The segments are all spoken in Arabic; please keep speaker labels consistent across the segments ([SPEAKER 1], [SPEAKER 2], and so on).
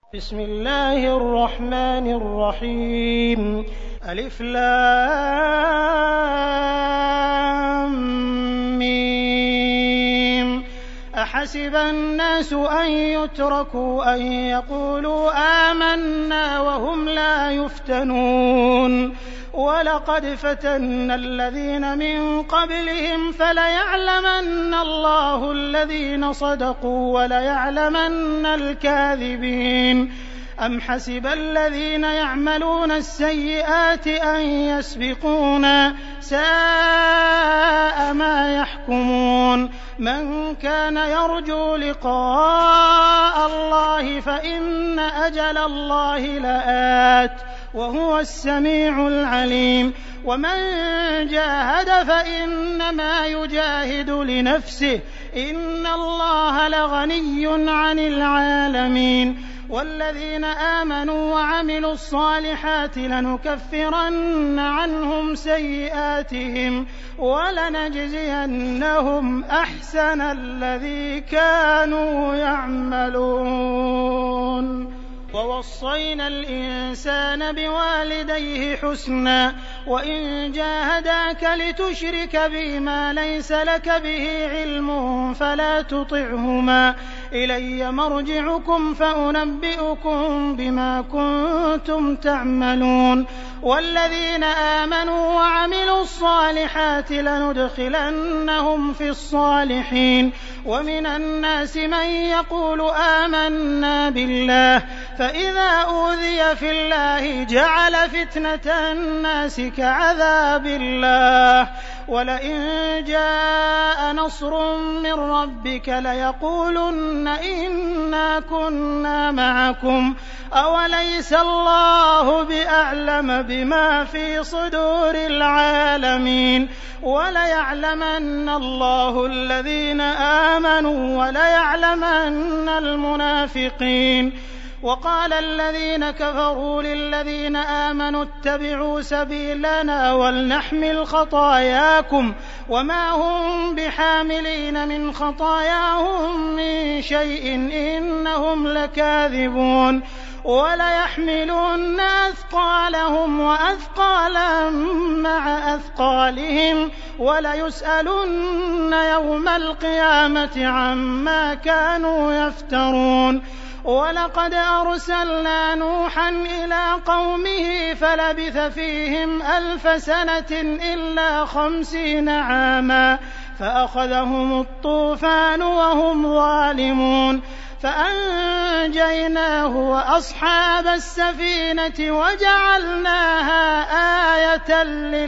[SPEAKER 1] بسم الله الرحمن الرحيم ألف لام ميم أحسب الناس أن يتركوا أن يقولوا آمنا وهم لا يفتنون ولقد فتنا الذين من قبلهم فليعلمن الله الذين صدقوا وليعلمن الكاذبين أم حسب الذين يعملون السيئات أن يسبقونا ساء ما يحكمون من كان يرجو لقاء الله فإن أجل الله لآت وهو السميع العليم ومن جاهد فإنما يجاهد لنفسه إن الله لغني عن العالمين والذين آمنوا وعملوا الصالحات لنكفرن عنهم سيئاتهم ولنجزينهم أحسن الذي كانوا يعملون ووصينا الإنسان بوالديه حسنا وإن جاهداك لتشرك بي ما ليس لك به علم فلا تطعهما إلي مرجعكم فأنبئكم بما كنتم تعملون والذين آمنوا وعملوا الصالحات لندخلنهم في الصالحين ومن الناس من يقول آمنا بالله فإذا أوذي في الله جعل فتنة الناس كعذاب الله ولئن جاء نصر من ربك ليقولن إنا كنا معكم أوليس الله بأعلم بما في صدور العالمين وليعلمن الله الذين آمنوا وليعلمن المنافقين وقال الذين كفروا للذين آمنوا اتبعوا سبيلنا ولنحمل خطاياكم وما هم بحاملين من خطاياهم من شيء إنهم لكاذبون وليحملن أثقالهم وأثقالا مع أثقالهم وليسألن يوم القيامة عما كانوا يفترون ولقد أرسلنا نوحا إلى قومه فلبث فيهم 1000 سنة إلا 50 عاما فأخذهم الطوفان وهم ظالمون فأنجيناه وأصحاب السفينة وجعلناها آية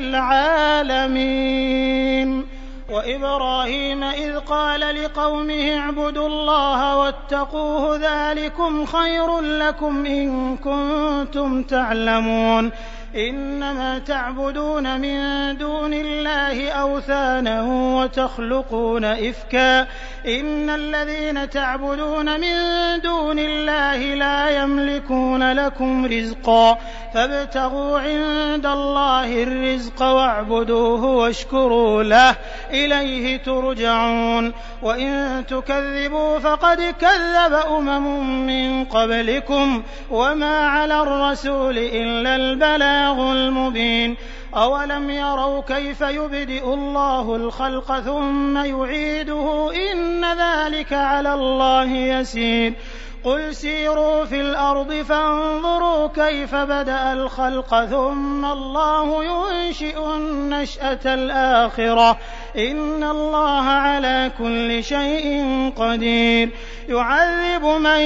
[SPEAKER 1] للعالمين وإبراهيم إذ قال لقومه اعبدوا الله واتقوه ذلكم خير لكم إن كنتم تعلمون إنما تعبدون من دون الله أوثانا وتخلقون إفكا إن الذين تعبدون من دون الله لا يملكون لكم رزقا فابتغوا عند الله الرزق واعبدوه واشكروا له إليه ترجعون وإن تكذبوا فقد كذب من قبلكم وما على الرسول إلا البلاغ المبين أولم يروا كيف يبدئ الله الخلق ثم يعيده إن ذلك على الله يسير قل سيروا في الأرض فانظروا كيف بدأ الخلق ثم الله ينشئ النشأة الآخرة إن الله على كل شيء قدير يعذب من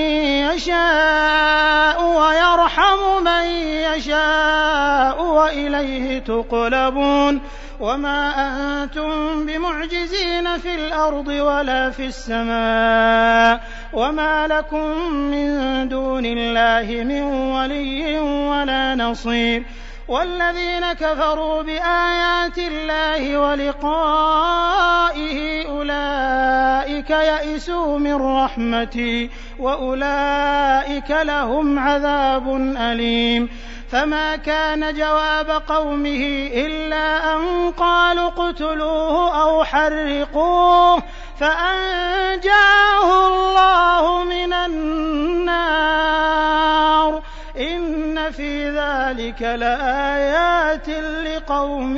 [SPEAKER 1] يشاء ويرحم من يشاء وإليه تقلبون وما أنتم بمعجزين في الأرض ولا في السماء وما لكم من دون الله من ولي ولا نصير والذين كفروا بآيات الله ولقائه أولئك يئسوا من رحمتي وأولئك لهم عذاب أليم فما كان جواب قومه إلا أن قالوا اقتلوه أو حرقوه فأنجاه الله من النار إن في ذلك لآيات لقوم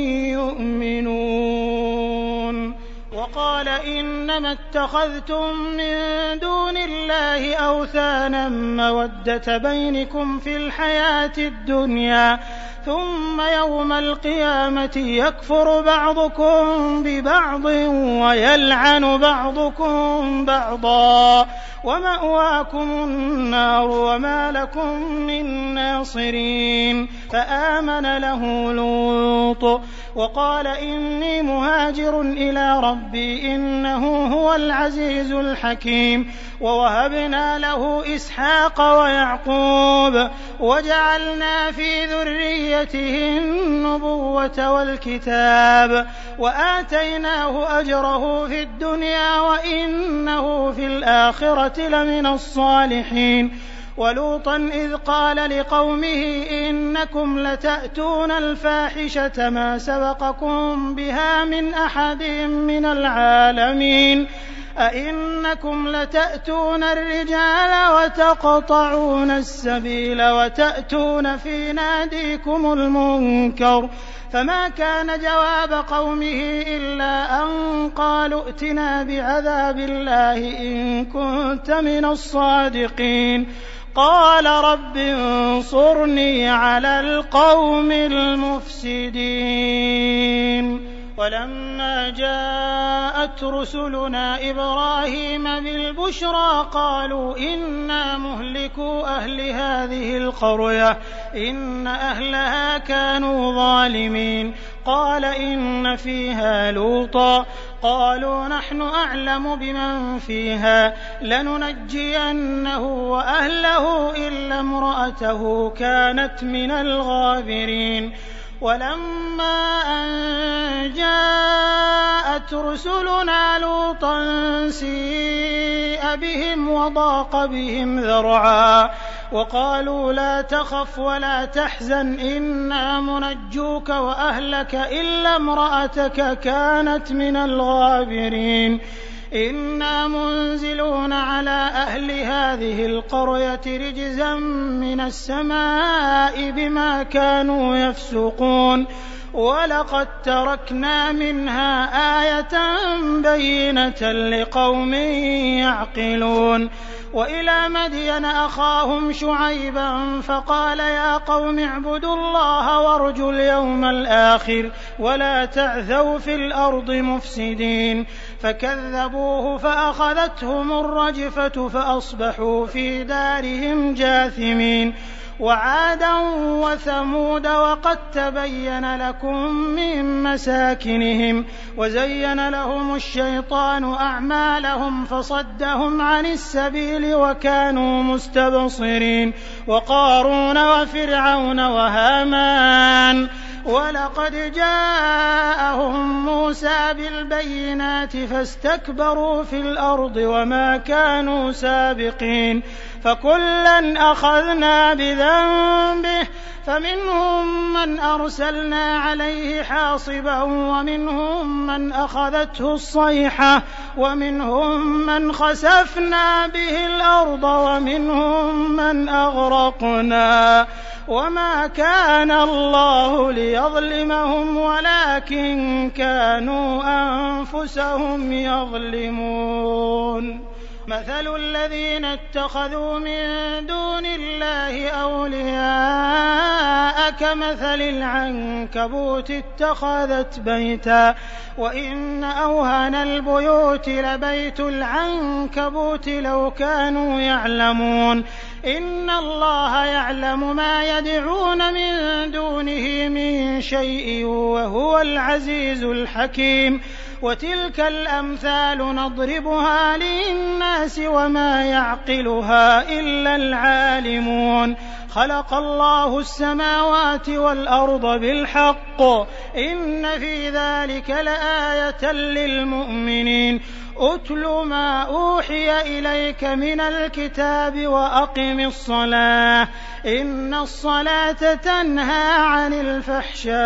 [SPEAKER 1] يؤمنون. وقال إنما اتخذتم من دون الله أوثانا مودة بينكم في الحياة الدنيا ثم يوم القيامة يكفر بعضكم ببعض ويلعن بعضكم بعضا ومأواكم النار وما لكم من ناصرين. فآمن له لوط وقال إني مهاجر إلى ربي إنه هو العزيز الحكيم. ووهبنا له إسحاق ويعقوب وجعلنا في ذريته النبوة والكتاب وآتيناه أجره في الدنيا وإنه في الآخرة لمن الصالحين. ولوطا إذ قال لقومه إنكم لتأتون الفاحشة ما سبقكم بها من أحد من العالمين أئنكم لتأتون الرجال وتقطعون السبيل وتأتون في ناديكم المنكر. فما كان جواب قومه إلا أن قالوا ائتنا بعذاب الله إن كنت من الصادقين. قال رب انصرني على القوم المفسدين. ولما جاءت رسلنا إبراهيم بالبشرى قالوا إنا مهلكو أهل هذه القرية إن أهلها كانوا ظالمين. قال إن فيها لوطا قالوا نحن أعلم بمن فيها لننجينه وأهله إلا امرأته كانت من الغابرين. ولما أن جاءت رسلنا لوطا سيء بهم وضاق بهم ذرعا وقالوا لا تخف ولا تحزن إنا منجوك وأهلك إلا امرأتك كانت من الغابرين. إنا منزلون على أهل هذه القرية رجزا من السماء بما كانوا يفسقون. ولقد تركنا منها آية بينة لقوم يعقلون. وإلى مدين أخاهم شعيبا فقال يا قوم اعبدوا الله وارجوا اليوم الآخر ولا تعثوا في الأرض مفسدين. فكذبوه فأخذتهم الرجفة فأصبحوا في دارهم جاثمين. وعادا وثمود وقد تبين لكم من مساكنهم وزين لهم الشيطان أعمالهم فصدهم عن السبيل وكانوا مستبصرين. وقارون وفرعون وهامان ولقد جاءهم موسى بالبينات فاستكبروا في الأرض وما كانوا سابقين. فكلا أخذنا بذنبه فمنهم من أرسلنا عليه حاصبا ومنهم من أخذته الصيحة ومنهم من خسفنا به الأرض ومنهم من أغرقنا. وما كان الله ليظلمهم ولكن كانوا أنفسهم يظلمون. مثل الذين اتخذوا من دون الله أولياء كمثل العنكبوت اتخذت بيتا وإن أوهن البيوت لبيت العنكبوت لو كانوا يعلمون. إن الله يعلم ما يدعون من دونه من شيء وهو العزيز الحكيم. وتلك الأمثال نضربها للناس وما يعقلها إلا العالمون. خلق الله السماوات والأرض بالحق إن في ذلك لآية للمؤمنين. أتل ما أوحي إليك من الكتاب وأقم الصلاة إن الصلاة تنهى عن الفحشاء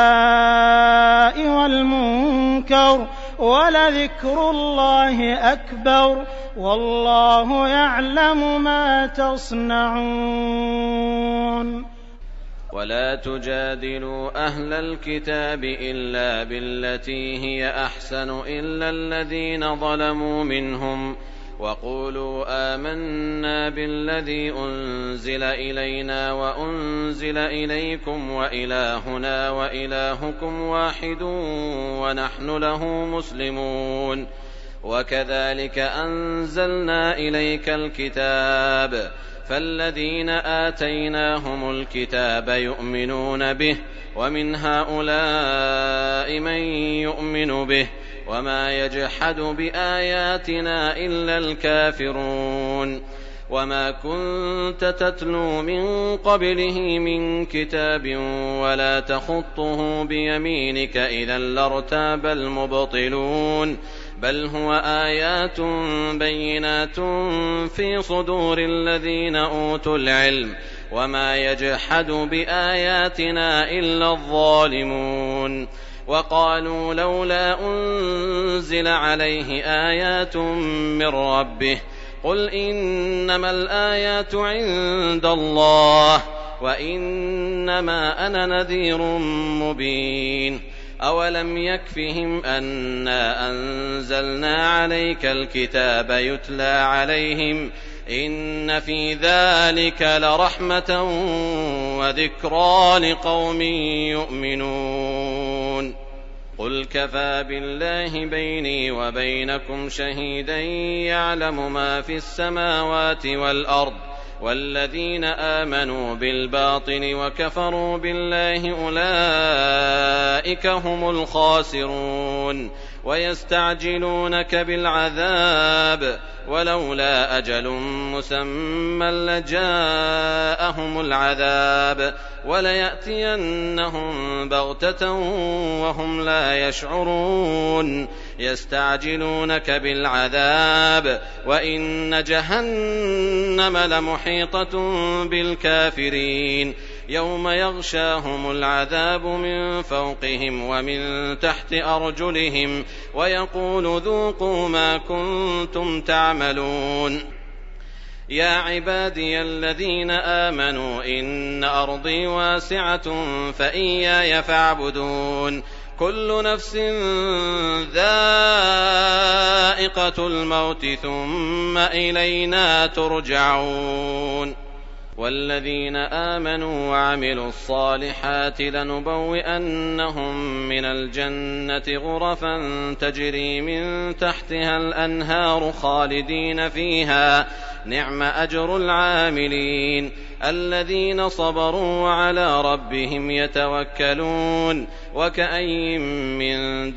[SPEAKER 1] والمنكر ولذكر الله أكبر والله يعلم ما تصنعون. يعلمون
[SPEAKER 2] ولا تجادلوا أهل الكتاب إلا بالتي هي أحسن إلا الذين ظلموا منهم وقولوا آمنا بالذي أنزل إلينا وأنزل إليكم وإلهنا وإلهكم واحد ونحن له مسلمون وكذلك أنزلنا إليك الكتاب فالذين آتيناهم الكتاب يؤمنون به ومن هؤلاء من يؤمن به وما يجحد بآياتنا إلا الكافرون وما كنت تتلو من قبله من كتاب ولا تخطه بيمينك إذا لارتاب المبطلون بل هو آيات بينات في صدور الذين أوتوا العلم وما يجحد بآياتنا إلا الظالمون وقالوا لولا أنزل عليه آيات من ربه قل إنما الآيات عند الله وإنما أنا نذير مبين أولم يكفهم أنا أنزلنا عليك الكتاب يتلى عليهم إن في ذلك لرحمة وذكرى لقوم يؤمنون قل كفى بالله بيني وبينكم شهيدا يعلم ما في السماوات والأرض والذين آمنوا بالباطل وكفروا بالله أولئك هم الخاسرون ويستعجلونك بالعذاب ولولا أجل مسمى لجاءهم العذاب وليأتينهم بغتة وهم لا يشعرون يستعجلونك بالعذاب وإن جهنم لمحيطة بالكافرين يوم يغشاهم العذاب من فوقهم ومن تحت أرجلهم ويقول ذوقوا ما كنتم تعملون يا عبادي الذين آمنوا إن أرضي واسعة فإياي فاعبدون كل نفس ذائقة الموت ثم إلينا ترجعون والذين آمنوا وعملوا الصالحات لنبوئنهم من الجنة غرفا تجري من تحتها الأنهار خالدين فيها نعم أجر العاملين الذين صبروا وعلى ربهم يتوكلون وكأي من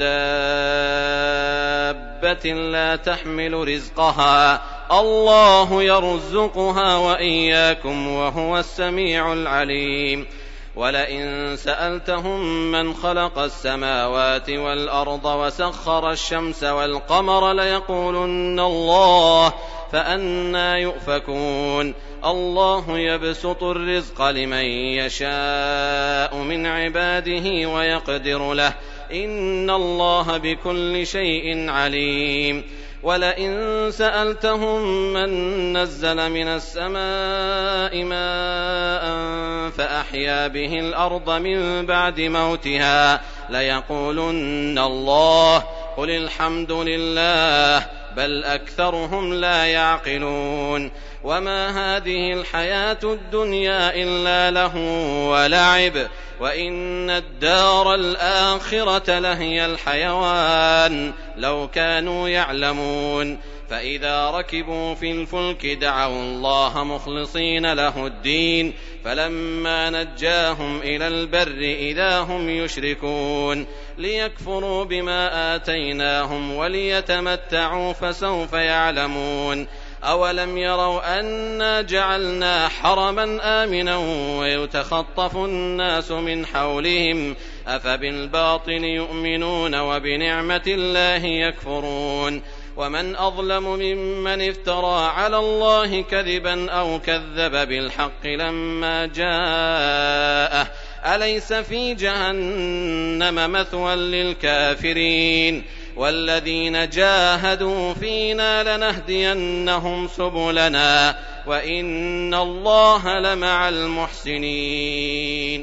[SPEAKER 2] دابة لا تحمل رزقها الله يرزقها وإياكم وهو السميع العليم ولئن سألتهم من خلق السماوات والأرض وسخر الشمس والقمر ليقولن الله فأنى يؤفكون الله يبسط الرزق لمن يشاء من عباده ويقدر له إن الله بكل شيء عليم ولئن سألتهم من نزل من السماء ماء فأحيا به الأرض من بعد موتها ليقولن الله قل الحمد لله بل أكثرهم لا يعقلون وما هذه الحياة الدنيا إلا لهو ولعب وإن الدار الآخرة لهي الحيوان لو كانوا يعلمون فإذا ركبوا في الفلك دعوا الله مخلصين له الدين فلما نجاهم إلى البر إذا هم يشركون ليكفروا بما آتيناهم وليتمتعوا فسوف يعلمون أولم يروا أنا جعلنا حرما آمنا ويتخطف الناس من حولهم أفبالباطل يؤمنون وبنعمة الله يكفرون ومن أظلم ممن افترى على الله كذبا أو كذب بالحق لما جاءه أليس في جهنم مثوى للكافرين والذين جاهدوا فينا لنهدينهم سبلنا وإن الله لمع المحسنين.